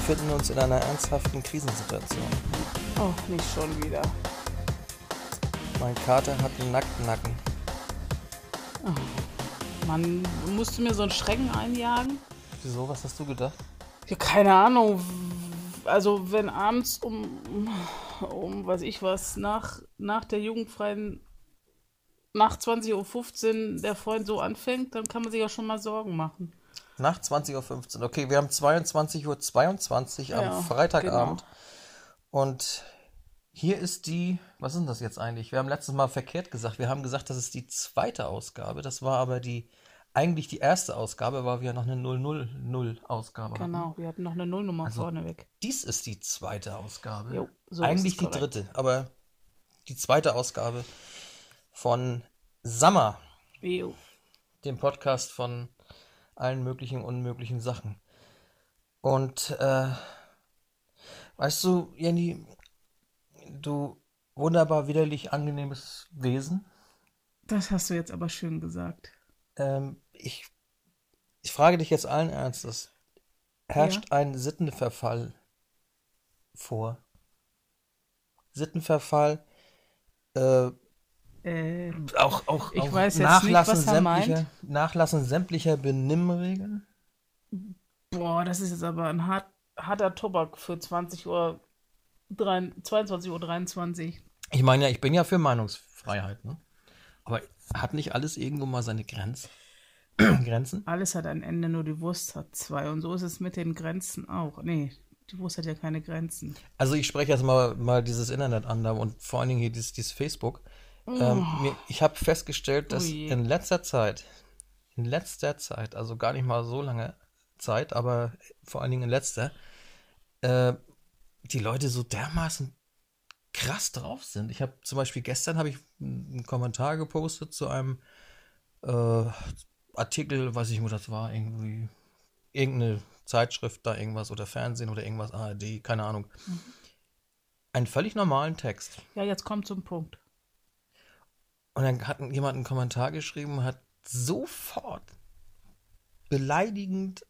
befinden uns in einer ernsthaften Krisensituation. Oh, nicht schon wieder. Mein Kater hat einen nackten Nacken. Mann, musst du mir so einen Schrecken einjagen? Wieso? Was hast du gedacht? Ja, keine Ahnung. Also, wenn abends weiß ich was, nach der jugendfreien, nach 20:15 Uhr der Freund so anfängt, dann kann man sich ja schon mal Sorgen machen. Nach 20:15 Uhr. Okay, wir haben 22:22 Uhr am Ja, Freitagabend. genau. Und hier ist was ist denn das jetzt eigentlich? Wir haben letztes Mal verkehrt gesagt. Wir haben gesagt, das ist die zweite Ausgabe. Das war aber eigentlich die erste Ausgabe, weil wir noch eine 000-Ausgabe hatten. Genau, wir hatten noch eine Nullnummer Also, vorneweg. Dies ist die zweite Ausgabe. Jo, so Eigentlich ist es die korrekt. dritte, aber die zweite Ausgabe von Summer, Jo. dem Podcast von allen möglichen und unmöglichen Sachen. Und weißt du, Jenny, du wunderbar widerlich angenehmes Wesen, Das hast du jetzt aber schön gesagt. ich frage dich jetzt allen Ernstes, herrscht Ja. ein Sittenverfall vor? Sittenverfall, äh, auch Ich weiß jetzt nicht, was er meint. Nachlassen sämtlicher Benimmregeln? Boah, das ist jetzt aber ein harter Tobak für 22:23 Uhr. Ich meine ja, ich bin ja für Meinungsfreiheit, ne? Aber hat nicht alles irgendwo mal seine Grenzen? Alles hat ein Ende, nur die Wurst hat zwei. Und so ist es mit den Grenzen auch. Nee, die Wurst hat ja keine Grenzen. Also ich spreche jetzt mal dieses Internet an und vor allen Dingen hier dieses Facebook. Ich habe festgestellt, dass Ui. in letzter Zeit, also gar nicht mal so lange Zeit, aber vor allen Dingen in letzter, die Leute so dermaßen krass drauf sind. Ich habe zum Beispiel gestern einen Kommentar gepostet zu einem Artikel, weiß ich nicht, wo das war, irgendwie irgendeine Zeitschrift da irgendwas oder Fernsehen oder irgendwas, ARD, keine Ahnung. Einen völlig normalen Text. Ja, jetzt kommt zum Punkt. Und dann hat jemand einen Kommentar geschrieben, hat sofort beleidigend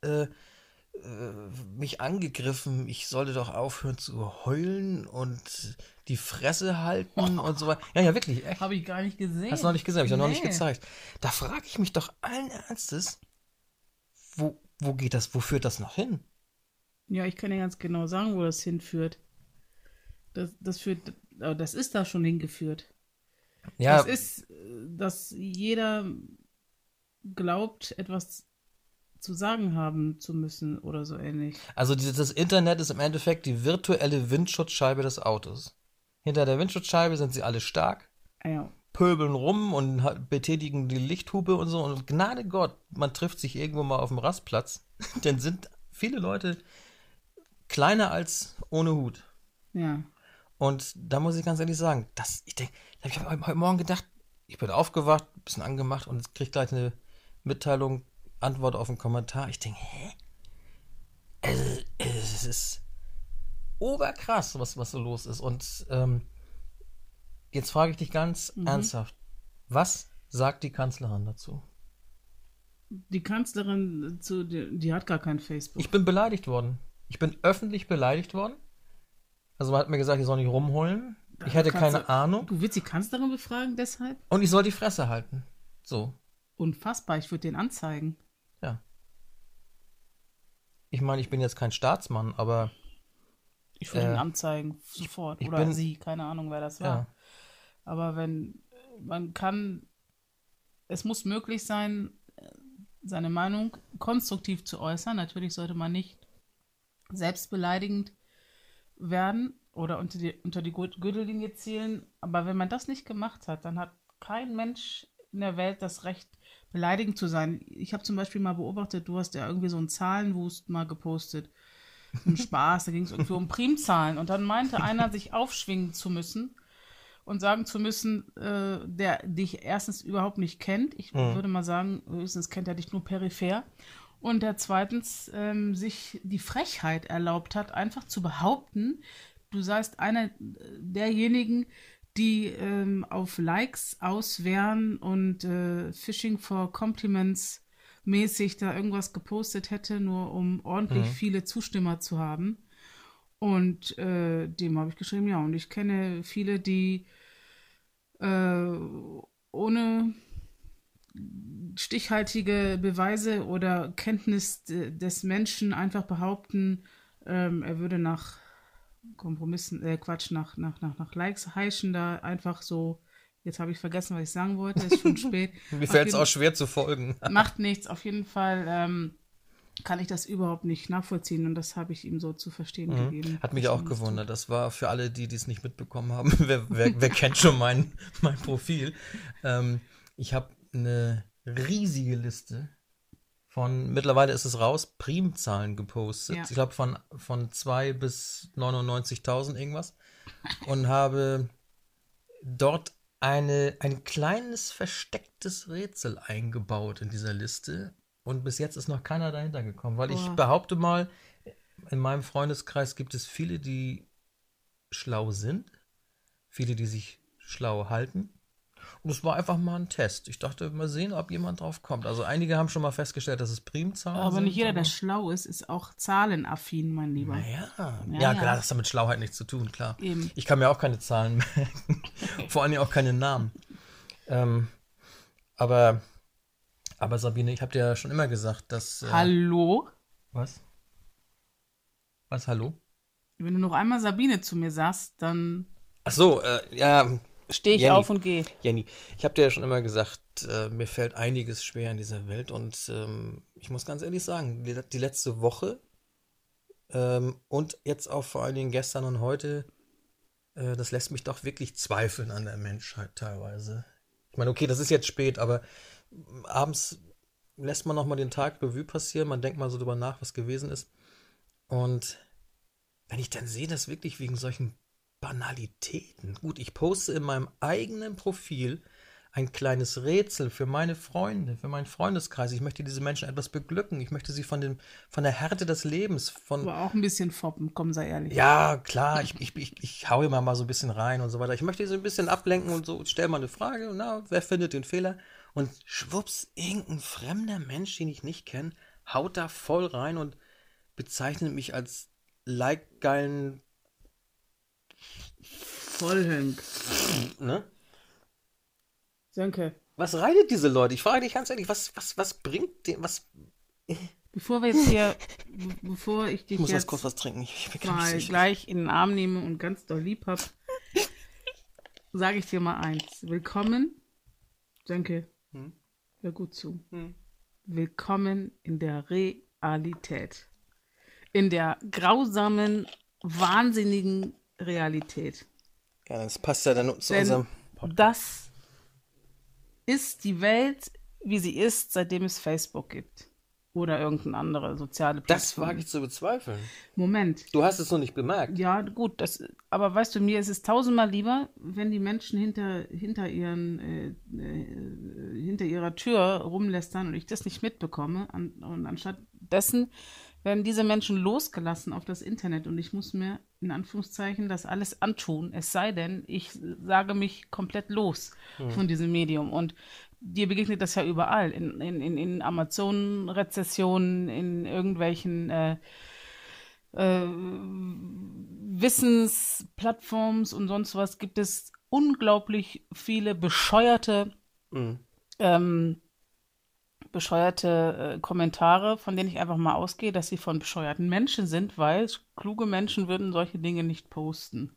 mich angegriffen, ich sollte doch aufhören zu heulen und die Fresse halten und so weiter. Ja, wirklich, echt. Habe ich gar nicht gesehen. Hast du noch nicht gesehen, habe ich doch noch nicht Nee. gezeigt. Da frage ich mich doch allen Ernstes, wo geht das, wo führt das noch hin? Ja, ich kann ja ganz genau sagen, wo das hinführt. Das ist da schon hingeführt. Ja, Das ist, dass jeder glaubt, etwas zu sagen haben zu müssen oder so ähnlich. also das Internet ist im Endeffekt die virtuelle Windschutzscheibe des Autos. Hinter der Windschutzscheibe sind sie alle stark, Ja. pöbeln rum und betätigen die Lichthupe und so. Und Gnade Gott, man trifft sich irgendwo mal auf dem Rastplatz. Dann sind viele Leute kleiner als ohne Hut. Ja. Und da muss ich ganz ehrlich sagen, ich habe heute Morgen gedacht, ich bin aufgewacht, ein bisschen angemacht und kriege gleich eine Mitteilung, Antwort auf einen Kommentar. Ich denke, hä? Es ist oberkrass, was so los ist. Und jetzt frage ich dich ganz ernsthaft, was sagt die Kanzlerin dazu? Die Kanzlerin, die hat gar kein Facebook. Ich bin beleidigt worden. Ich bin öffentlich beleidigt worden. Also man hat mir gesagt, ich soll nicht rumheulen. Ich hätte keine Ahnung. Du willst die Kanzlerin befragen deshalb? Und ich soll die Fresse halten. So, Unfassbar, ich würde den anzeigen. ja. Ich meine, ich bin jetzt kein Staatsmann, aber Ich würde ihn anzeigen, sofort. ich Oder bin- sie, keine Ahnung, wer das war. ja. Aber es muss möglich sein, seine Meinung konstruktiv zu äußern. Natürlich sollte man nicht selbstbeleidigend werden oder unter die Gürtellinie zielen. Aber wenn man das nicht gemacht hat, dann hat kein Mensch in der Welt das Recht, beleidigend zu sein. Ich habe zum Beispiel mal beobachtet, du hast ja irgendwie so einen Zahlenwust mal gepostet. So ein Spaß, da ging es irgendwie um Primzahlen. Und dann meinte einer, sich aufschwingen zu müssen und sagen zu müssen, der dich erstens überhaupt nicht kennt. Ich würde mal sagen, höchstens kennt er dich nur peripher. Und der zweitens sich die Frechheit erlaubt hat, einfach zu behaupten, du seist einer derjenigen, die auf Likes aus wären und Phishing for Compliments mäßig da irgendwas gepostet hätte, nur um ordentlich viele Zustimmer zu haben. Und dem habe ich geschrieben, ja, und ich kenne viele, die ohne stichhaltige Beweise oder Kenntnis des Menschen einfach behaupten, er würde nach Kompromissen, nach Likes heischen, da einfach so, jetzt habe ich vergessen, was ich sagen wollte, ist schon spät. Mir fällt es auch schwer zu folgen. Macht nichts, auf jeden Fall kann ich das überhaupt nicht nachvollziehen und das habe ich ihm so zu verstehen gegeben. Hat mich auch gewundert. Das war für alle, die es nicht mitbekommen haben. Wer kennt schon mein Profil? Ich habe eine riesige Liste von, mittlerweile ist es raus, Primzahlen gepostet. Ja. Ich glaube von 2 bis 99.000 irgendwas. Und habe dort ein kleines verstecktes Rätsel eingebaut in dieser Liste. Und bis jetzt ist noch keiner dahinter gekommen, weil ich behaupte mal, in meinem Freundeskreis gibt es viele, die schlau sind, viele, die sich schlau halten. Und es war einfach mal ein Test. Ich dachte, mal sehen, ob jemand drauf kommt. Also einige haben schon mal festgestellt, dass es Primzahlen sind. Aber nicht jeder, der schlau ist auch zahlenaffin, mein Lieber. Ja, klar, das hat mit Schlauheit nichts zu tun, klar. Eben. Ich kann mir auch keine Zahlen merken. Vor allem auch keine Namen. Aber Sabine, ich habe dir ja schon immer gesagt, dass... Hallo? Was? Was, hallo? Wenn du noch einmal Sabine zu mir sagst, dann Ach so, ja... stehe ich Jenny, auf und gehe. Jenny, ich habe dir ja schon immer gesagt, mir fällt einiges schwer in dieser Welt und ich muss ganz ehrlich sagen, die letzte Woche und jetzt auch vor allen Dingen gestern und heute, das lässt mich doch wirklich zweifeln an der Menschheit teilweise. Ich meine, okay, das ist jetzt spät, aber abends lässt man nochmal den Tag Revue passieren, man denkt mal so drüber nach, was gewesen ist. Und wenn ich dann sehe, dass wirklich wegen solchen Banalitäten, gut, ich poste in meinem eigenen Profil ein kleines Rätsel für meine Freunde, für meinen Freundeskreis. Ich möchte diese Menschen etwas beglücken. Ich möchte sie von der Härte des Lebens, Aber auch ein bisschen foppen, komm, sei ehrlich. ja, klar, ich hau immer mal so ein bisschen rein und so weiter. Ich möchte sie ein bisschen ablenken und so, stell mal eine Frage, na, wer findet den Fehler? Und schwupps, irgendein fremder Mensch, den ich nicht kenne, haut da voll rein und bezeichnet mich als like-geilen, Vollhönk. ne? Danke. Was reitet diese Leute? Ich frage dich ganz ehrlich, was bringt den, Bevor wir jetzt hier, bevor ich dich ich muss jetzt jetzt kurz was trinken. Ich bin gar mal nicht sicher. gleich in den Arm nehme und ganz doll lieb hab, sage ich dir mal eins. Willkommen, danke, hör gut zu. Willkommen in der Realität. In der grausamen, wahnsinnigen Realität. Ja, das passt ja dann zu Denn unserem... das ist die Welt, wie sie ist, seitdem es Facebook gibt. Oder irgendeine andere soziale Das Plattform. wage ich zu bezweifeln. Moment. Du hast es noch nicht bemerkt. Ja, gut, aber weißt du, mir ist es tausendmal lieber, wenn die Menschen hinter ihrer Tür rumlästern und ich das nicht mitbekomme. Und anstatt dessen werden diese Menschen losgelassen auf das Internet und ich muss mir in Anführungszeichen das alles antun. Es sei denn, ich sage mich komplett los von diesem Medium. Und dir begegnet das ja überall. In Amazon-Rezessionen, in irgendwelchen Wissensplattforms und sonst was gibt es unglaublich viele bescheuerte Kommentare, von denen ich einfach mal ausgehe, dass sie von bescheuerten Menschen sind, weil kluge Menschen würden solche Dinge nicht posten.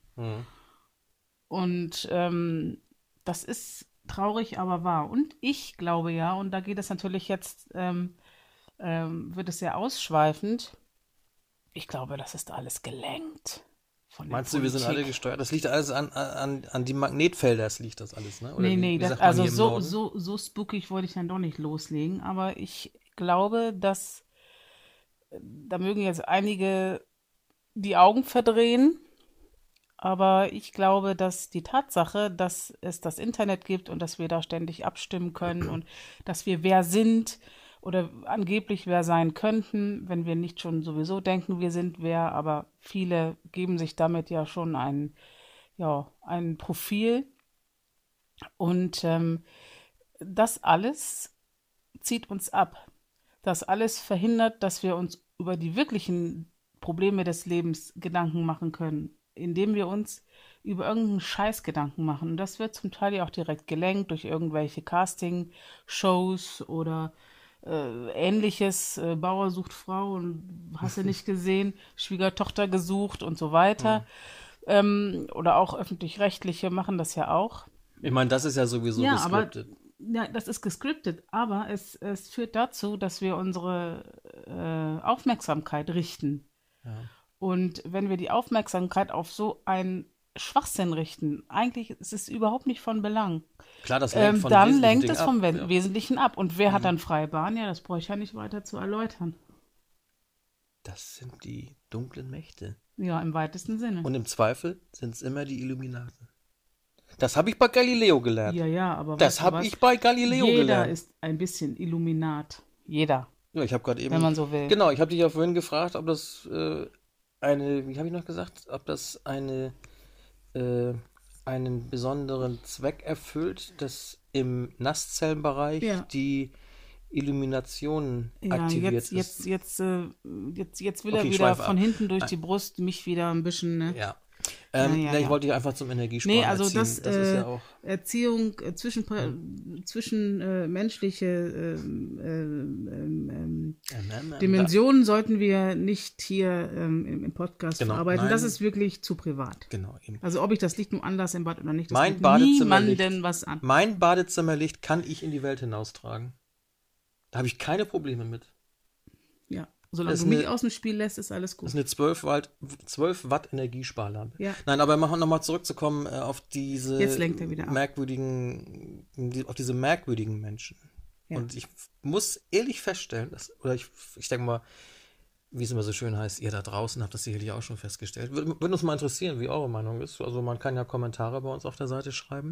Und das ist traurig, aber wahr. Und ich glaube ja, und da geht es natürlich jetzt, wird es sehr ausschweifend. Ich glaube, das ist alles gelenkt. Von der Meinst du, wir sind alle Politik. gesteuert? Das liegt alles an die Magnetfelder, das liegt das alles, ne? Oder Nee, wie sagt man also hier im Norden? so spookig wollte ich dann doch nicht loslegen, aber ich glaube, dass da mögen jetzt einige die Augen verdrehen, aber ich glaube, dass die Tatsache, dass es das Internet gibt und dass wir da ständig abstimmen können und dass wir wer sind oder angeblich wer sein könnten, wenn wir nicht schon sowieso denken, wir sind wer, aber viele geben sich damit ja schon ein Profil. Und das alles zieht uns ab. das alles verhindert, dass wir uns über die wirklichen Probleme des Lebens Gedanken machen können, indem wir uns über irgendeinen Scheiß Gedanken machen. Und das wird zum Teil ja auch direkt gelenkt durch irgendwelche Casting-Shows oder ähnliches. Bauer sucht Frau und hast du nicht gesehen, Schwiegertochter gesucht und so weiter. Oder auch öffentlich-rechtliche machen das ja auch. Ich meine, das ist ja sowieso Ja, gescriptet. ja, das ist gescriptet, aber es führt dazu, dass wir unsere Aufmerksamkeit richten. Ja. Und wenn wir die Aufmerksamkeit auf so einen Schwachsinn richten, eigentlich ist es überhaupt nicht von Belang. Klar, das lenkt von Dann wesentlichen lenkt Dingen es vom ab. Ja. Wesentlichen ab. Und wer hat dann freie Bahn? Ja, das brauche ich ja nicht weiter zu erläutern. Das sind die dunklen Mächte. Ja, im weitesten Sinne. Und im Zweifel sind es immer die Illuminaten. Das habe ich bei Galileo gelernt. Ja, ja, aber Das weißt du habe was? ich bei Galileo Jeder gelernt. ist ein bisschen Illuminat. Jeder, Ja, ich habe gerade eben. wenn man so will. Genau, ich habe dich ja vorhin gefragt, ob das wie habe ich noch gesagt, ob das einen besonderen Zweck erfüllt, dass im Nasszellbereich Ja. die Illumination Ja, aktiviert jetzt ist. will er Okay, ich wieder schweife von ab. hinten durch die Brust mich wieder ein bisschen, ne? Ja. Ja, Ich ja. wollte dich einfach zum Energiesparen Nee, also erziehen. das, Das ist ja auch. Erziehung, zwischenmenschliche Dimensionen sollten wir nicht hier im Podcast Genau, verarbeiten. nein. Das ist wirklich zu privat. Genau, eben. Also ob ich das Licht nun anlasse im Bad oder nicht, das Mein geht Badezimmerlicht. niemandem was an. Mein Badezimmerlicht kann ich in die Welt hinaustragen. Da habe ich keine Probleme mit. Ja, solange Das du ist mich eine- aus dem Spiel lässt, ist alles Das gut. ist eine 12 Watt Energiesparlampe. Ja. Nein, aber nochmal zurückzukommen auf diese Jetzt lenkt er wieder ab. auf diese merkwürdigen Menschen. Ja. Und ich muss ehrlich feststellen, ich denke mal, wie es immer so schön heißt, ihr da draußen habt das sicherlich auch schon festgestellt. Würde uns mal interessieren, wie eure Meinung ist. Also man kann ja Kommentare bei uns auf der Seite schreiben.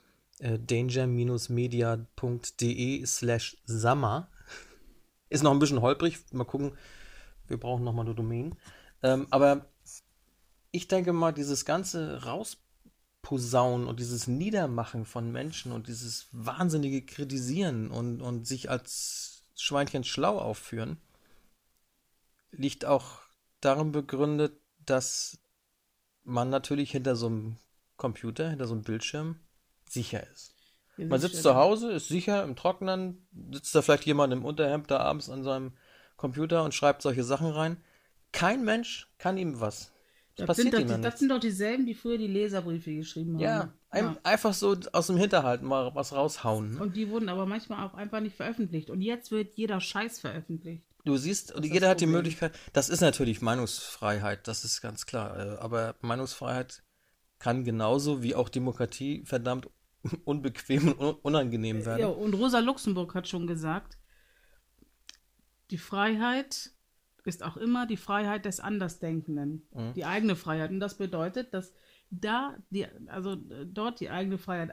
danger-media.de/Sammer. Ist noch ein bisschen holprig. Mal gucken. Wir brauchen nochmal eine Domain. Aber ich denke mal, dieses ganze Rausposaunen und dieses Niedermachen von Menschen und dieses wahnsinnige Kritisieren und sich als Schweinchen schlau aufführen, liegt auch darin begründet, dass man natürlich hinter so einem Computer, hinter so einem Bildschirm sicher ist. Man sitzt zu Hause, ist sicher im Trocknen, sitzt da vielleicht jemand im Unterhemd da abends an seinem Computer und schreibt solche Sachen rein. Kein Mensch kann ihm was. Das sind doch dieselben, die früher die Leserbriefe geschrieben haben. Ja, einfach so aus dem Hinterhalt mal was raushauen. Ne? Und die wurden aber manchmal auch einfach nicht veröffentlicht. Und jetzt wird jeder Scheiß veröffentlicht. Du siehst, ist jeder das hat die Problem. Möglichkeit, das ist natürlich Meinungsfreiheit, das ist ganz klar. Aber Meinungsfreiheit kann genauso wie auch Demokratie verdammt unbequem und unangenehm werden. Ja, und Rosa Luxemburg hat schon gesagt, die Freiheit ist auch immer die Freiheit des Andersdenkenden. Die eigene Freiheit. Und das bedeutet, dass dort die eigene Freiheit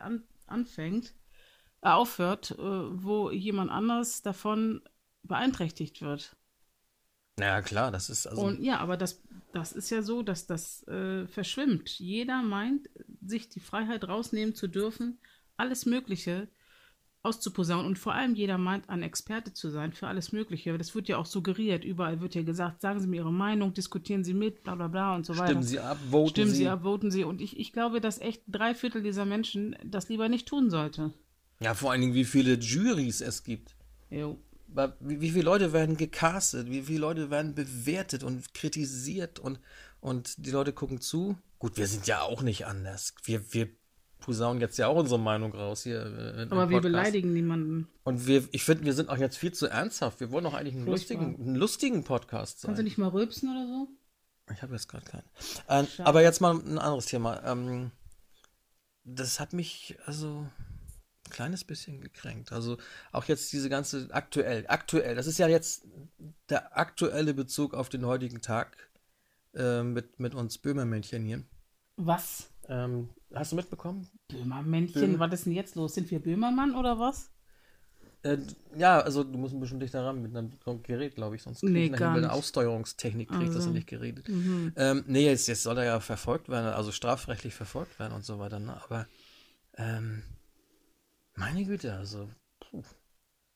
aufhört, wo jemand anders davon beeinträchtigt wird. Naja, klar, das ist also. Und ja, aber das ist ja so, dass das verschwimmt. Jeder meint, sich die Freiheit rausnehmen zu dürfen, alles Mögliche auszuposaunen. Und vor allem jeder meint, ein Experte zu sein für alles Mögliche. Das wird ja auch suggeriert. Überall wird ja gesagt, sagen Sie mir Ihre Meinung, diskutieren Sie mit, bla bla bla und so weiter. Stimmen Sie ab, voten Sie. Voten Sie. Und ich glaube, dass echt 3/4 dieser Menschen das lieber nicht tun sollte. Ja, vor allen Dingen, wie viele Jurys es gibt. Jo. Wie viele Leute werden gecastet, wie viele Leute werden bewertet und kritisiert und die Leute gucken zu. Gut, wir sind ja auch nicht anders. Wir posaunen jetzt ja auch unsere Meinung raus hier. Aber wir beleidigen niemanden. Und ich finde, wir sind auch jetzt viel zu ernsthaft. Wir wollen doch eigentlich einen lustigen Podcast sein. Kannst du nicht mal rülpsen oder so? Ich habe jetzt gerade keinen. Aber jetzt mal ein anderes Thema. Das hat mich also ein kleines bisschen gekränkt. Also auch jetzt diese ganze aktuell, das ist ja jetzt der aktuelle Bezug auf den heutigen Tag mit uns Böhmermännchen hier. Was? Hast du mitbekommen? Böhmermännchen, was ist denn jetzt los? Sind wir Böhmermann oder was? Ja, also du musst ein bisschen dichter ran mit einem Gerät, glaube ich, sonst Nee, krieg ich gar eine nicht. Aussteuerungstechnik, kriegt das Also. nicht geredet. Nee, jetzt soll er ja verfolgt werden, also strafrechtlich verfolgt werden und so weiter, ne? Aber meine Güte, also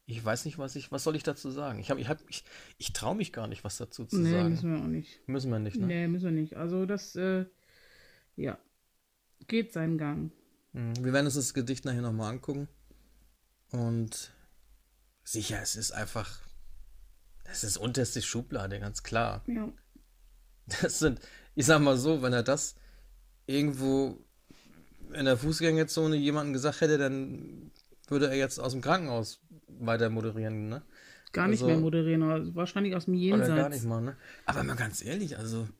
ich weiß nicht, was soll ich dazu sagen? Ich traue mich gar nicht, was dazu zu Nee, sagen. müssen wir auch nicht. Müssen wir nicht, ne? Nee, müssen wir nicht. Also das, ja, geht seinen Gang. Wir werden uns das Gedicht nachher nochmal angucken. Und sicher, das ist unterste Schublade, ganz klar. Ja, Ich sag mal so, wenn er das irgendwo in der Fußgängerzone jemandem gesagt hätte, dann würde er jetzt aus dem Krankenhaus weiter moderieren, ne? gar nicht mehr moderieren, aber wahrscheinlich aus dem Oder gar Jenseits. nicht mal, ne? Aber mal ganz ehrlich,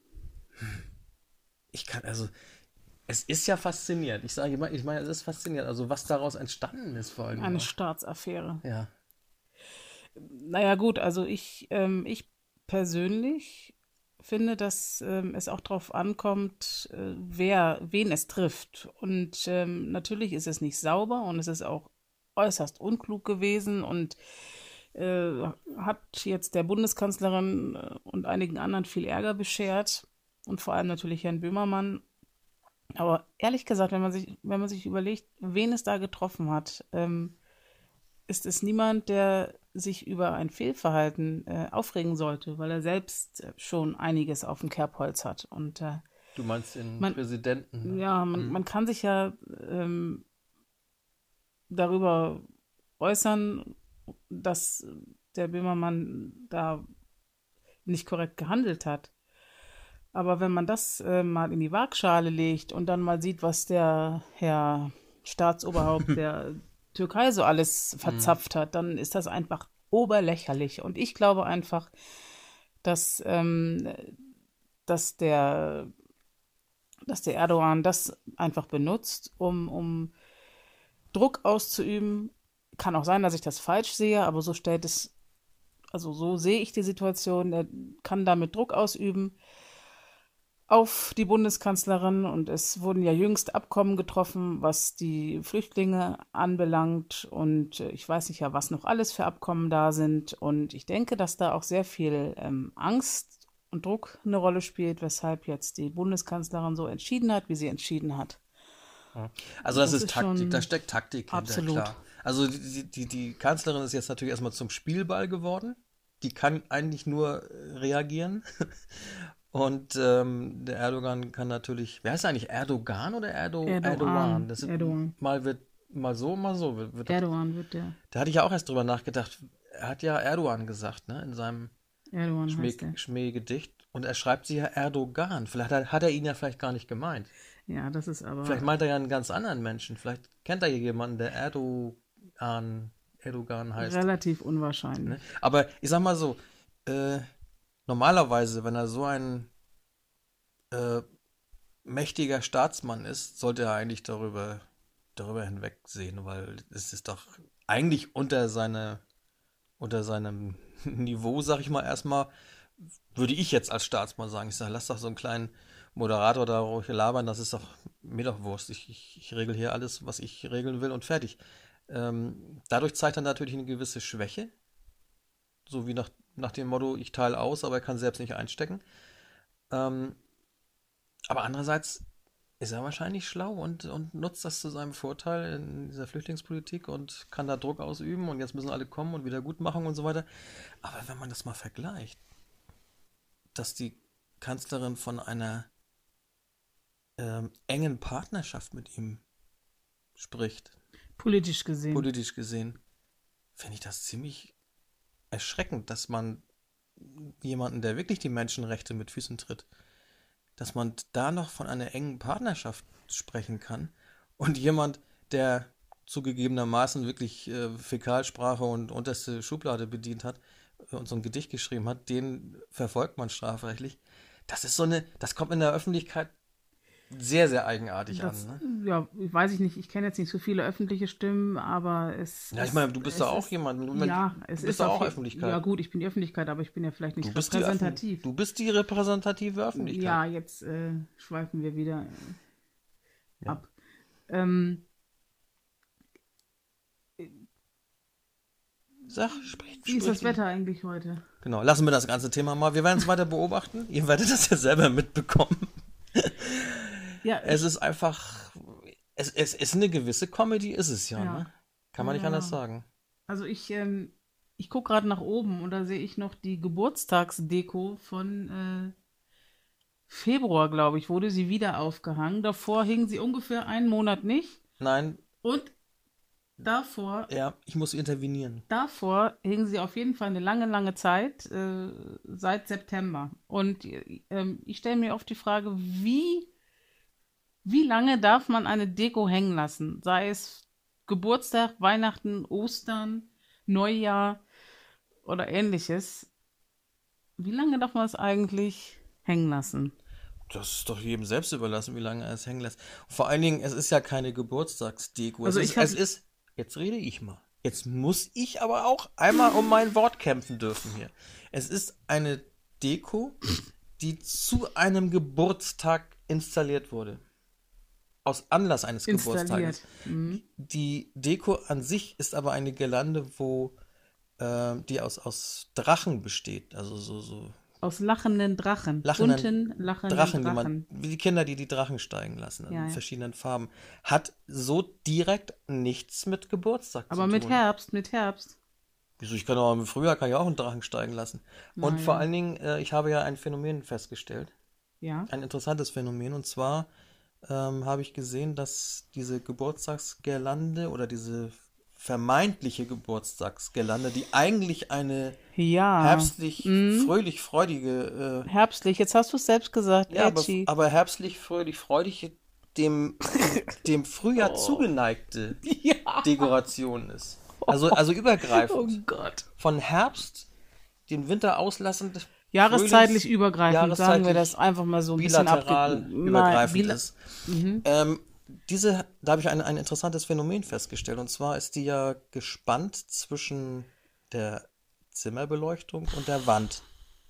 es ist ja faszinierend. Ich meine, es ist faszinierend, also was daraus entstanden ist vor allem. Eine auch. Staatsaffäre. Ja. Naja, gut, also ich persönlich finde, dass es auch darauf ankommt, wen es trifft. Und natürlich ist es nicht sauber und es ist auch äußerst unklug gewesen und hat jetzt der Bundeskanzlerin und einigen anderen viel Ärger beschert und vor allem natürlich Herrn Böhmermann. Aber ehrlich gesagt, wenn man sich überlegt, wen es da getroffen hat, ist es niemand, der sich über ein Fehlverhalten aufregen sollte, weil er selbst schon einiges auf dem Kerbholz hat. Und Du meinst den man, Präsidenten, ne? ja, man kann sich ja darüber äußern, dass der Böhmermann da nicht korrekt gehandelt hat. Aber wenn man das mal in die Waagschale legt und dann mal sieht, was der Herr Staatsoberhaupt der Türkei so alles verzapft hat, dann ist das einfach oberlächerlich. Und ich glaube einfach, dass, dass der, dass der Erdogan das einfach benutzt, um Druck auszuüben. Kann auch sein, dass ich das falsch sehe, aber so sehe ich die Situation. Er kann damit Druck ausüben auf die Bundeskanzlerin und es wurden ja jüngst Abkommen getroffen, was die Flüchtlinge anbelangt und ich weiß nicht ja, was noch alles für Abkommen da sind und ich denke, dass da auch sehr viel Angst und Druck eine Rolle spielt, weshalb jetzt die Bundeskanzlerin so entschieden hat, wie sie entschieden hat. Also das Das ist ist Taktik, schon da steckt Taktik hinter, absolut. klar. Also die Kanzlerin ist jetzt natürlich erstmal zum Spielball geworden. Die kann eigentlich nur reagieren. Und der Erdogan kann natürlich, wer heißt eigentlich Erdogan oder Erdogan? Das ist, Erdogan. mal so, wird das. Erdogan wird der. Da hatte ich ja auch erst drüber nachgedacht. Er hat ja Erdogan gesagt, ne, in seinem Erdogan heißt der. Schmähgedicht. Und er schreibt sich ja Erdogan. Vielleicht hat er ihn ja vielleicht gar nicht gemeint. Ja, das ist aber. Vielleicht meint er ja einen ganz anderen Menschen. Vielleicht kennt er hier jemanden, der Erdogan heißt. Relativ unwahrscheinlich. Ne? Aber ich sag mal so, normalerweise, wenn er so ein mächtiger Staatsmann ist, sollte er eigentlich darüber hinwegsehen, weil es ist doch eigentlich unter seinem Niveau, sag ich mal, erstmal, würde ich jetzt als Staatsmann sagen. Ich sage, lass doch so einen kleinen Moderator da ruhig labern, das ist doch mir doch Wurst. Ich regel hier alles, was ich regeln will und fertig. Dadurch zeigt er natürlich eine gewisse Schwäche, so wie nach dem Motto, ich teile aus, aber er kann selbst nicht einstecken. Aber andererseits ist er wahrscheinlich schlau und nutzt das zu seinem Vorteil in dieser Flüchtlingspolitik und kann da Druck ausüben und jetzt müssen alle kommen und Wiedergutmachung und so weiter. Aber wenn man das mal vergleicht, dass die Kanzlerin von einer engen Partnerschaft mit ihm spricht, Politisch gesehen. finde ich das ziemlich erschreckend, dass man jemanden, der wirklich die Menschenrechte mit Füßen tritt, dass man da noch von einer engen Partnerschaft sprechen kann und jemand, der zugegebenermaßen wirklich Fäkalsprache und unterste Schublade bedient hat und so ein Gedicht geschrieben hat, den verfolgt man strafrechtlich. Das kommt in der Öffentlichkeit sehr, sehr eigenartig an. Ne? Ja, weiß ich nicht. Ich kenne jetzt nicht so viele öffentliche Stimmen, aber es. Ja, ich meine, du bist da auch jemand. Ja, es du bist ist da auch auf Öffentlichkeit. Ja, gut, ich bin die Öffentlichkeit, aber ich bin ja vielleicht nicht Du bist repräsentativ. du bist die repräsentative Öffentlichkeit. Ja, jetzt schweifen wir wieder Ja. ab. Wie ist das Wetter eigentlich heute? Genau, lassen wir das ganze Thema mal. Wir werden es weiter beobachten. Ihr werdet das ja selber mitbekommen. Ja, Es ist einfach, es ist eine gewisse Comedy, ist es ja, Ja. ne? Kann man nicht Ja. anders sagen. also ich Ich gucke gerade nach oben und da sehe ich noch die Geburtstagsdeko von Februar, glaube ich, wurde sie wieder aufgehangen. Davor hing sie ungefähr einen Monat nicht. Nein, Und davor ja, ich muss intervenieren. hing sie auf jeden Fall eine lange, lange Zeit, seit September. Und ich stelle mir oft die Frage, wie lange darf man eine Deko hängen lassen? Sei es Geburtstag, Weihnachten, Ostern, Neujahr oder ähnliches. Wie lange darf man es eigentlich hängen lassen? Das ist doch jedem selbst überlassen, wie lange er es hängen lässt. Vor allen Dingen, es ist ja keine Geburtstagsdeko. Also Es ist, jetzt rede ich mal. Jetzt muss ich aber auch einmal um mein Wort kämpfen dürfen hier. Es ist eine Deko, die zu einem Geburtstag installiert wurde. Aus Anlass eines Geburtstages. Mhm. Die Deko an sich ist aber eine Girlande, die aus Drachen besteht. Also so Aus lachenden Drachen. lachenden Bunten, lachenden Drachen, wie die Kinder, die Drachen steigen lassen, in Ja, ja. verschiedenen Farben. Hat so direkt nichts mit Geburtstag Aber zu mit tun. Herbst. Wieso? Im Frühjahr kann ich auch einen Drachen steigen lassen. Und vor allen Dingen, ich habe ja ein Phänomen festgestellt. Ja. Ein interessantes Phänomen. Und zwar habe ich gesehen, dass diese Geburtstagsgirlande oder diese vermeintliche Geburtstagsgirlande, die eigentlich eine Ja. herbstlich, fröhlich, freudige Herbstlich, jetzt hast du es selbst gesagt. ja, Edgy. aber herbstlich, fröhlich, freudig dem Frühjahr zugeneigte Ja. Dekoration ist. Also übergreifend. Oh Gott. Von Herbst, den Winter auslassend, Jahreszeitlich Frühlings- übergreifend, sagen wir jahreszeitlich das einfach mal so ein bisschen bilateral übergreifend Nein, ist. Da habe ich ein interessantes Phänomen festgestellt. Und zwar ist die ja gespannt zwischen der Zimmerbeleuchtung und der Wand.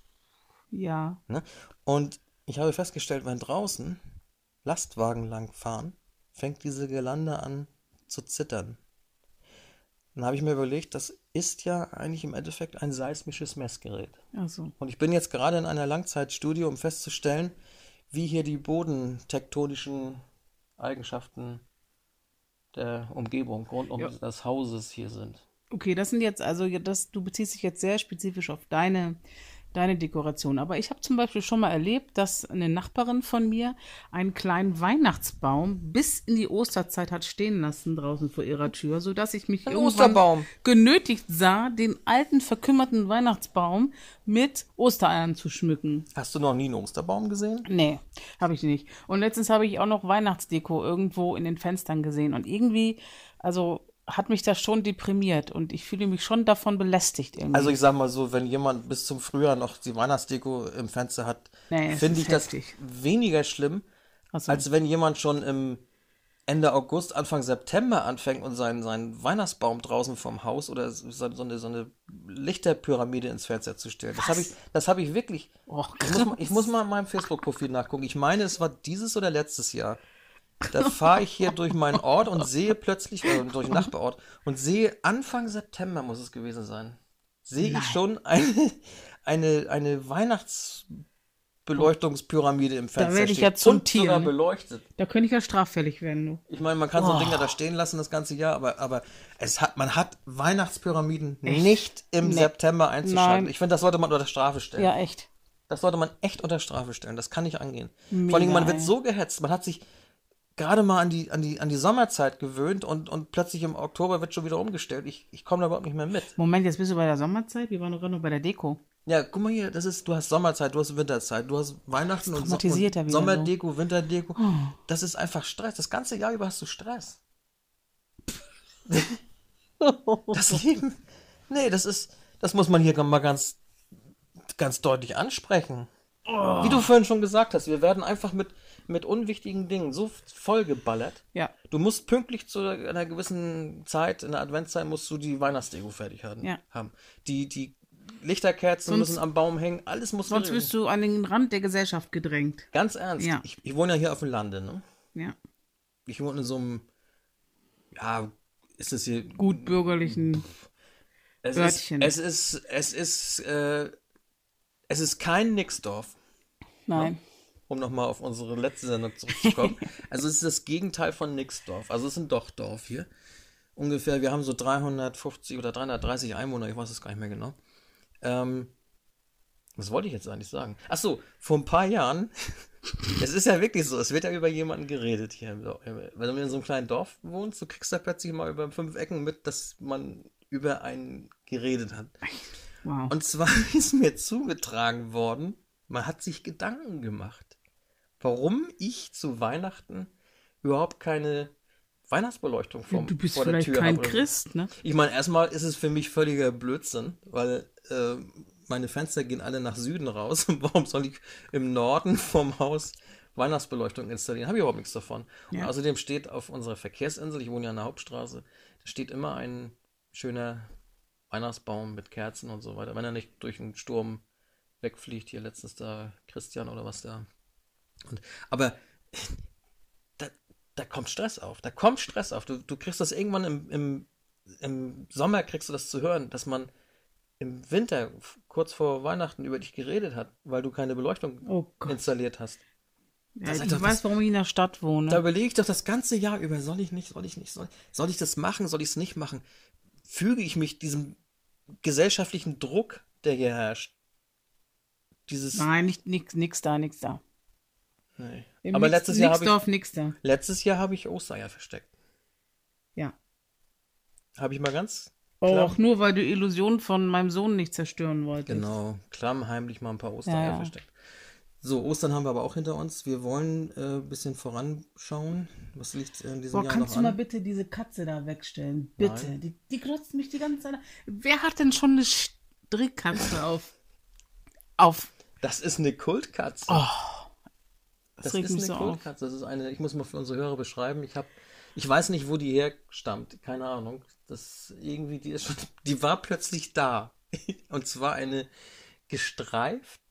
Ja. Ne? Und ich habe festgestellt, wenn draußen Lastwagen langfahren, fängt diese Girlande an zu zittern. Dann habe ich mir überlegt, das ist ja eigentlich im Endeffekt ein seismisches Messgerät. Also. Und ich bin jetzt gerade in einer Langzeitstudie, um festzustellen, wie hier die bodentektonischen Eigenschaften der Umgebung rund um das Hauses hier sind. Okay, das sind jetzt, also du beziehst dich jetzt sehr spezifisch auf deine Dekoration. Aber ich habe zum Beispiel schon mal erlebt, dass eine Nachbarin von mir einen kleinen Weihnachtsbaum bis in die Osterzeit hat stehen lassen draußen vor ihrer Tür, sodass ich mich irgendwann Osterbaum. genötigt sah, den alten, verkümmerten Weihnachtsbaum mit Ostereiern zu schmücken. Hast du noch nie einen Osterbaum gesehen? Nee, habe ich nicht. Und letztens habe ich auch noch Weihnachtsdeko irgendwo in den Fenstern gesehen. Und irgendwie, also hat mich das schon deprimiert und ich fühle mich schon davon belästigt irgendwie. Also ich sag mal so, wenn jemand bis zum Frühjahr noch die Weihnachtsdeko im Fenster hat, Nee, es finde ist ich das heftig. weniger schlimm, Ach so. als wenn jemand schon im Ende August, Anfang September anfängt und seinen Weihnachtsbaum draußen vom Haus oder so eine Lichterpyramide ins Fenster zu stellen. Das habe ich wirklich. Oh, Ich muss mal in meinem Facebook-Profil nachgucken. Ich meine, es war dieses oder letztes Jahr. Da fahre ich hier durch meinen Ort und sehe plötzlich, durch den Nachbarort, und sehe Anfang September muss es gewesen sein, sehe ich schon eine Weihnachtsbeleuchtungspyramide im Fenster werde ich stehen. ja zum Und sogar Tier. beleuchtet. Da könnte ich ja straffällig werden, du. Ich meine, man kann so Dinger da stehen lassen das ganze Jahr, aber man hat Weihnachtspyramiden nicht im September einzuschalten. Nein. Ich finde, das sollte man unter Strafe stellen. Ja, echt. Das sollte man echt unter Strafe stellen. Das kann nicht angehen. Mega, Vor allem, man wird ey. so gehetzt. Man hat sich gerade mal an die Sommerzeit gewöhnt und plötzlich im Oktober wird schon wieder umgestellt. Ich komme da überhaupt nicht mehr mit. Moment, jetzt bist du bei der Sommerzeit? Wir waren doch gerade noch bei der Deko. Ja, guck mal hier, du hast Sommerzeit, du hast Winterzeit, du hast Weihnachten und traumatisiert ja wieder Sommerdeko, Winterdeko. Das ist einfach Stress. Das ganze Jahr über hast du Stress. Das Leben. Nee, das muss man hier mal ganz deutlich ansprechen. Wie du vorhin schon gesagt hast, wir werden einfach mit unwichtigen Dingen so vollgeballert. Ja. Du musst pünktlich zu einer gewissen Zeit, in der Adventszeit, musst du die Weihnachtsdeko fertig haben. Ja. Die Lichterkerzen müssen am Baum hängen, alles muss Sonst geregelt. wirst du an den Rand der Gesellschaft gedrängt. Ganz ernst, Ja. ich wohne ja hier auf dem Lande, ne? Ja. Ich wohne in so einem, ja, ist es hier, Gut bürgerlichen. Örtchen. es ist kein Nixdorf, Nein. um nochmal auf unsere letzte Sendung zurückzukommen. Also es ist das Gegenteil von Nixdorf, also es ist ein Dochdorf hier. ungefähr, wir haben so 350 oder 330 Einwohner, ich weiß es gar nicht mehr genau. Was wollte ich jetzt eigentlich sagen? Ach so, vor ein paar Jahren, es ist ja wirklich so, es wird ja über jemanden geredet hier. Wenn du in so einem kleinen Dorf wohnst, du kriegst da plötzlich mal über 5 Ecken mit, dass man über einen geredet hat. Wow. Und zwar ist mir zugetragen worden, man hat sich Gedanken gemacht, warum ich zu Weihnachten überhaupt keine Weihnachtsbeleuchtung Du bist vor der vielleicht Tür kein habe. Christ, ne? Ich meine, erstmal ist es für mich völliger Blödsinn, weil meine Fenster gehen alle nach Süden raus. Warum soll ich im Norden vom Haus Weihnachtsbeleuchtung installieren? Habe ich überhaupt nichts davon. Ja. Und außerdem steht auf unserer Verkehrsinsel, ich wohne ja an der Hauptstraße, da steht immer ein schöner Weihnachtsbaum mit Kerzen und so weiter. Wenn er nicht durch einen Sturm wegfliegt, hier letztens da Christian oder was da. Aber da kommt Stress auf. Da kommt Stress auf. Du kriegst das irgendwann im Sommer, kriegst du das zu hören, dass man im Winter, kurz vor Weihnachten, über dich geredet hat, weil du keine Beleuchtung Oh Gott. installiert hast. Ja, ich weiß, warum ich in der Stadt Da wohne. überlege ich doch das ganze Jahr über, soll ich das machen, soll ich es nicht machen? Füge ich mich diesem gesellschaftlichen Druck, der hier herrscht? Nein, nix da. Nee. Im Aber letztes Jahr nix da. habe ich Ostereier versteckt. Ja. Habe ich mal ganz Auch nur, weil du Illusionen von meinem Sohn nicht zerstören wolltest. Genau, klammheimlich mal ein paar Ostereier Ja. versteckt. So, Ostern haben wir aber auch hinter uns. Wir wollen ein bisschen voranschauen. Was liegt in diesem Jahr noch Kannst du mal an? bitte diese Katze da wegstellen? Bitte. Nein. Die glotzt mich die ganze Zeit an. Wer hat denn schon eine Strickkatze auf? Das ist eine Kultkatze. Oh, das regt ist mich eine so auf. Kultkatze. Das ist eine, ich muss mal für unsere Hörer beschreiben. Ich weiß nicht, wo die herstammt. Keine Ahnung. Die war plötzlich da. Und zwar eine gestreift,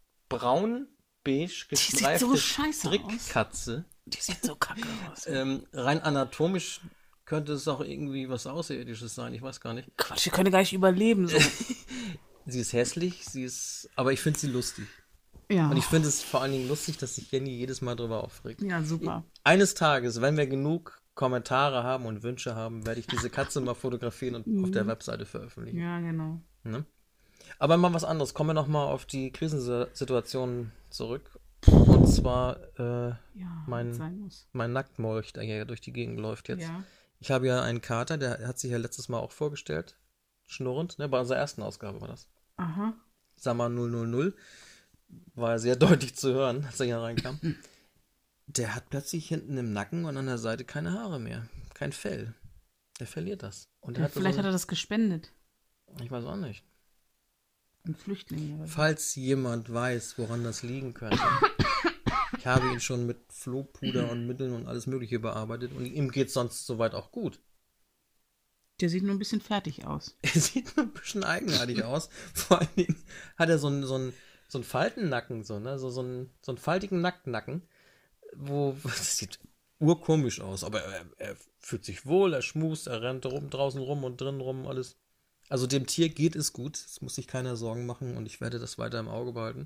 beige gestreifte so scheiße Strickkatze. Die sieht so kacke aus. Rein anatomisch könnte es auch irgendwie was Außerirdisches sein. Ich weiß gar nicht. Quatsch, die können gar nicht überleben. So. Sie ist hässlich, aber ich finde sie lustig. Ja. Und ich finde es vor allen Dingen lustig, dass sich Jenny jedes Mal drüber aufregt. Ja, super. Eines Tages, wenn wir genug Kommentare haben und Wünsche haben, werde ich diese Katze mal fotografieren und auf der Webseite veröffentlichen. Ja, genau. Ne? Aber mal was anderes. Kommen wir nochmal auf die Krisensituation zurück. Und zwar Ja, mein sein muss. Nacktmolch, der hier durch die Gegend läuft jetzt. Ja. Ich habe ja einen Kater, der hat sich ja letztes Mal auch vorgestellt. Schnurrend, ne? Bei unserer ersten Ausgabe war das. Aha. Sammer 000. War sehr deutlich zu hören, als er hier reinkam. Der hat plötzlich hinten im Nacken und an der Seite keine Haare mehr. Kein Fell. Der verliert das. Und Ja, vielleicht hat er das gespendet. Ich weiß auch nicht. Ein Flüchtling. Oder so. Falls jemand weiß, woran das liegen könnte. Ich habe ihn schon mit Flohpuder und Mitteln und alles Mögliche bearbeitet und ihm geht sonst soweit auch gut. Der sieht nur ein bisschen fertig aus. Er sieht nur ein bisschen eigenartig aus. Vor allen Dingen hat er so einen Faltennacken, so einen faltigen Nacktnacken, das sieht urkomisch aus, aber er fühlt sich wohl, er schmust, er rennt draußen rum und drinnen rum, alles. Also dem Tier geht es gut, es muss sich keiner Sorgen machen und ich werde das weiter im Auge behalten.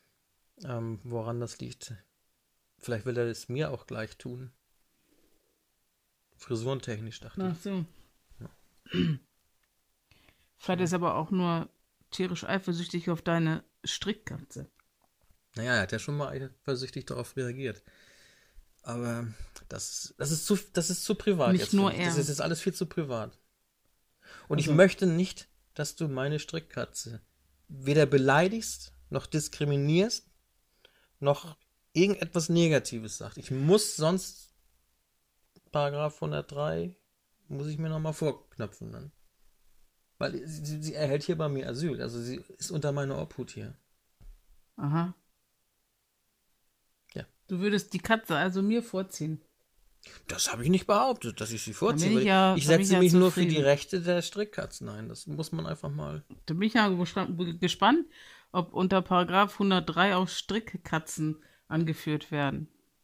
Woran das liegt, vielleicht will er es mir auch gleich tun. Frisurentechnisch, dachte Ach so. Vielleicht ist er aber auch nur tierisch eifersüchtig auf deine Strickkatze. Naja, er hat ja schon mal eifersüchtig darauf reagiert. Aber das ist zu privat Nicht jetzt. nur Das er. ist jetzt alles viel zu privat. Und ich Also- möchte nicht, dass du meine Strickkatze weder beleidigst, noch diskriminierst, noch irgendetwas Negatives sagst. Ich muss sonst Paragraph 103 muss ich mir nochmal vorknöpfen dann. Weil sie erhält hier bei mir Asyl. Also sie ist unter meiner Obhut hier. Aha. Ja. Du würdest die Katze also mir vorziehen. Das habe ich nicht behauptet, dass ich sie vorziehe. bin ich Ich setze mich nur für die zufrieden. Rechte der Strickkatzen ein. Das muss man einfach mal. Da bin ich ja gespannt, ob unter Paragraph 103 auch Strickkatzen angeführt werden.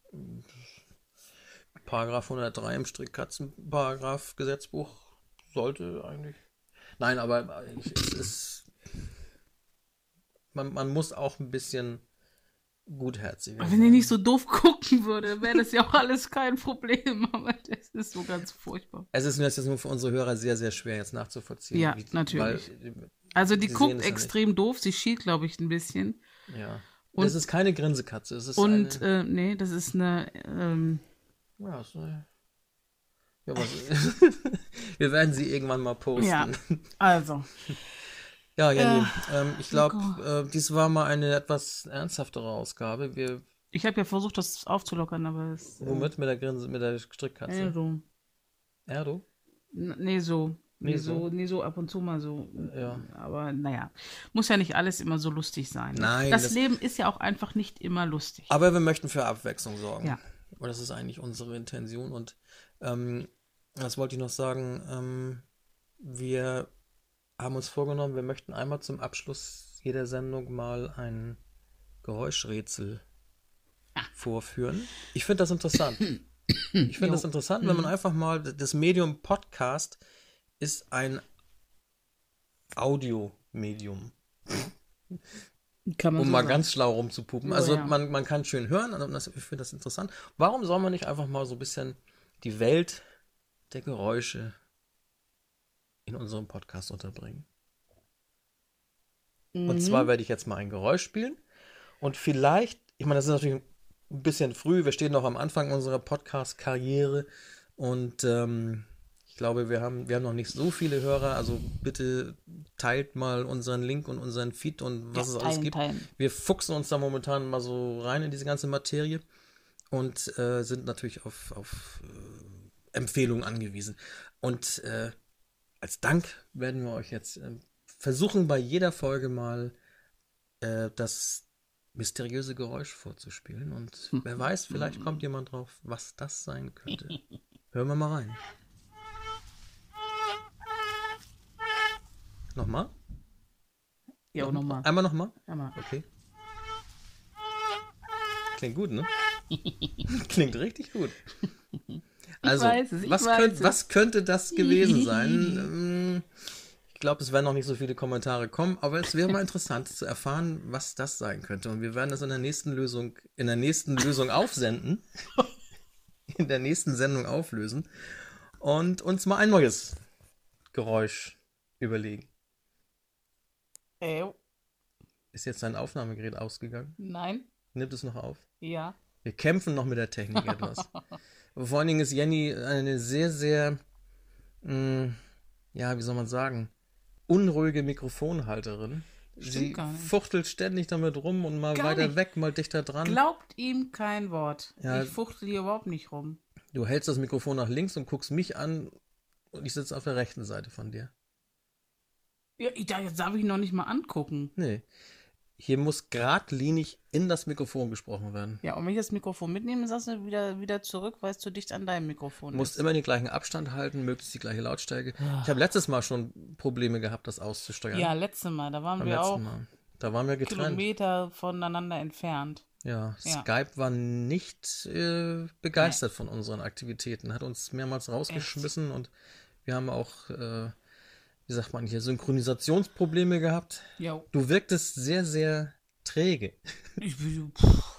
Paragraph 103 im Strickkatzen-Paragraph-Gesetzbuch sollte eigentlich. Nein, aber man muss auch ein bisschen gutherziger Wenn ihr nicht so doof gucken würde, wäre das ja auch alles kein Problem. Aber das ist so ganz furchtbar. Es ist jetzt nur für unsere Hörer sehr, sehr schwer jetzt nachzuvollziehen. Ja, natürlich. Also die sie guckt sehen es ja extrem doof. Sie schielt, glaube ich, ein bisschen. Ja. Und- Das ist keine Grinsekatze. Es ist Und eine... nee, das ist eine... Ja, ja, was, wir werden sie irgendwann mal posten. ja, also. Ja, Jenny, ich glaube, dies war mal eine etwas ernsthaftere Ausgabe. Ich habe ja versucht, das aufzulockern, aber es... Womit? Mit der Strickkatze? so. Erdo? Nee, so. Nee, so. Nee, so ab und zu mal so. Ja. Aber naja, muss ja nicht alles immer so lustig sein. Nein, Das das- Leben ist ja auch einfach nicht immer lustig. Aber wir möchten für Abwechslung sorgen. Ja. Und das ist eigentlich unsere Intention. Und was wollte ich noch sagen? Wir haben uns vorgenommen, wir möchten einmal zum Abschluss jeder Sendung mal ein Geräuschrätsel vorführen. Ich finde das interessant. Ich finde das interessant, wenn man einfach mal, das Medium Podcast ist ein Audiomedium, Kann man um so mal sagen. ganz schlau rumzupupen. Oh, Also ja. man kann schön hören, und ich finde das interessant. Warum soll man nicht einfach mal so ein bisschen die Welt der Geräusche in unserem Podcast unterbringen? Und zwar werde ich jetzt mal ein Geräusch spielen und vielleicht, ich meine, das ist natürlich ein bisschen früh, wir stehen noch am Anfang unserer Podcast-Karriere und ich glaube, wir haben noch nicht so viele Hörer, also bitte teilt mal unseren Link und unseren Feed und was es alles gibt. Teilen. Wir fuchsen uns da momentan mal so rein in diese ganze Materie und sind natürlich auf Empfehlungen angewiesen. Und als Dank werden wir euch jetzt versuchen, bei jeder Folge mal das mysteriöse Geräusch vorzuspielen. Und wer weiß, vielleicht kommt jemand drauf, was das sein könnte. Hören wir mal rein. Nochmal? Ja, nochmal. Einmal nochmal? Einmal. Okay. Klingt gut, ne? Klingt richtig gut. Also, weiß es, ich was, weiß es. was könnte das gewesen sein? Ich glaube, es werden noch nicht so viele Kommentare kommen, aber es wäre mal interessant zu erfahren, was das sein könnte. Und wir werden das in der nächsten Lösung aufsenden. In der nächsten Sendung auflösen. Und uns mal ein neues Geräusch überlegen. Ist jetzt dein Aufnahmegerät ausgegangen? Nein. Nimmt es noch auf? Ja. Wir kämpfen noch mit der Technik etwas. Vor allen Dingen ist Jenny eine sehr, sehr, ja, wie soll man sagen, unruhige Mikrofonhalterin. Sie gar nicht. fuchtelt ständig damit rum und mal Gar weiter nicht. weg, mal dichter dran. Glaubt ihm kein Wort. Ja. Ich fuchtel hier überhaupt nicht rum. Du hältst das Mikrofon nach links und guckst mich an und ich sitze auf der rechten Seite von dir. Ja, jetzt darf ich ihn noch nicht mal angucken. Nee. Hier muss geradlinig in das Mikrofon gesprochen werden. Ja, und wenn ich das Mikrofon mitnehme, sagst du wieder zurück, weil es zu dicht an deinem Mikrofon Du musst ist. immer den gleichen Abstand halten, möglichst die gleiche Lautstärke. Ich habe letztes Mal schon Probleme gehabt, das auszusteuern. Ja, letztes Mal, da waren Beim wir letzten auch Mal. Da waren wir getrennt. Kilometer voneinander entfernt. Ja, Ja. Skype war nicht begeistert von unseren Aktivitäten, hat uns mehrmals rausgeschmissen und wir haben auch, wie sagt man hier, Synchronisationsprobleme gehabt. Ja. Du wirktest sehr, sehr träge, Ich will,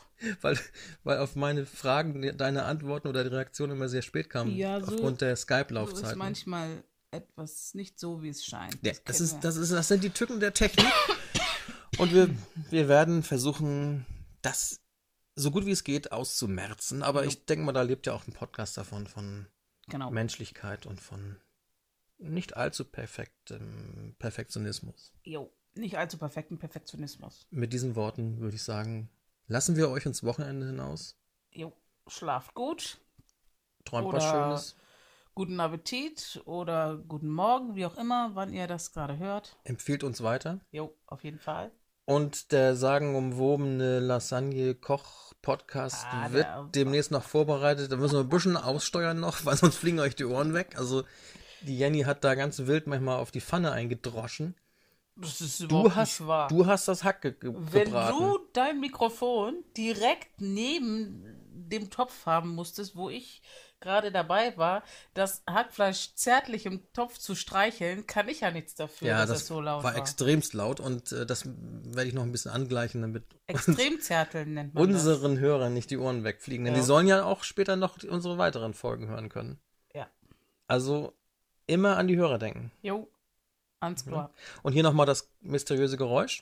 weil auf meine Fragen deine Antworten oder die Reaktion immer sehr spät kamen, Ja, so- aufgrund der so ist Skype-Laufzeit. manchmal etwas nicht so, wie es scheint. Ja, kennen wir. das sind die Tücken der Technik. Und wir werden versuchen, das so gut wie es geht auszumerzen. Aber ich denke mal, da lebt ja auch ein Podcast davon, von Genau. Menschlichkeit und von nicht allzu perfektem Perfektionismus. Jo, nicht allzu perfekten Perfektionismus. Mit diesen Worten würde ich sagen, lassen wir euch ins Wochenende hinaus. Jo, schlaft gut. Träumt was Oder- Schönes. Guten Appetit oder guten Morgen, wie auch immer, wann ihr das gerade hört. Empfiehlt uns weiter. Jo, auf jeden Fall. Und der sagenumwobene Lasagne-Koch-Podcast wird der- demnächst noch vorbereitet. Da müssen wir ein bisschen aussteuern noch, weil sonst fliegen euch die Ohren weg. Also die Jenny hat da ganz wild manchmal auf die Pfanne eingedroschen. Das ist Du überhaupt hast, nicht wahr. du hast das Hack Wenn gebraten. du dein Mikrofon direkt neben dem Topf haben musstest, wo ich gerade dabei war, das Hackfleisch zärtlich im Topf zu streicheln, kann ich ja nichts dafür, Ja, dass das es so laut war war. extremst laut und das werde ich noch ein bisschen angleichen, damit Extrem zärteln nennt man das. unseren Hörern nicht die Ohren wegfliegen. Denn Ja. die sollen ja auch später noch unsere weiteren Folgen hören können. Ja. Also immer an die Hörer denken. Jo, ans klar. Und hier nochmal das mysteriöse Geräusch.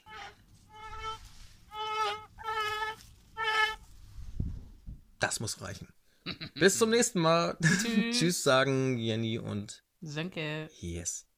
Das muss reichen. Bis zum nächsten Mal. Tschüss. Tschüss sagen Jenny und Danke. Yes.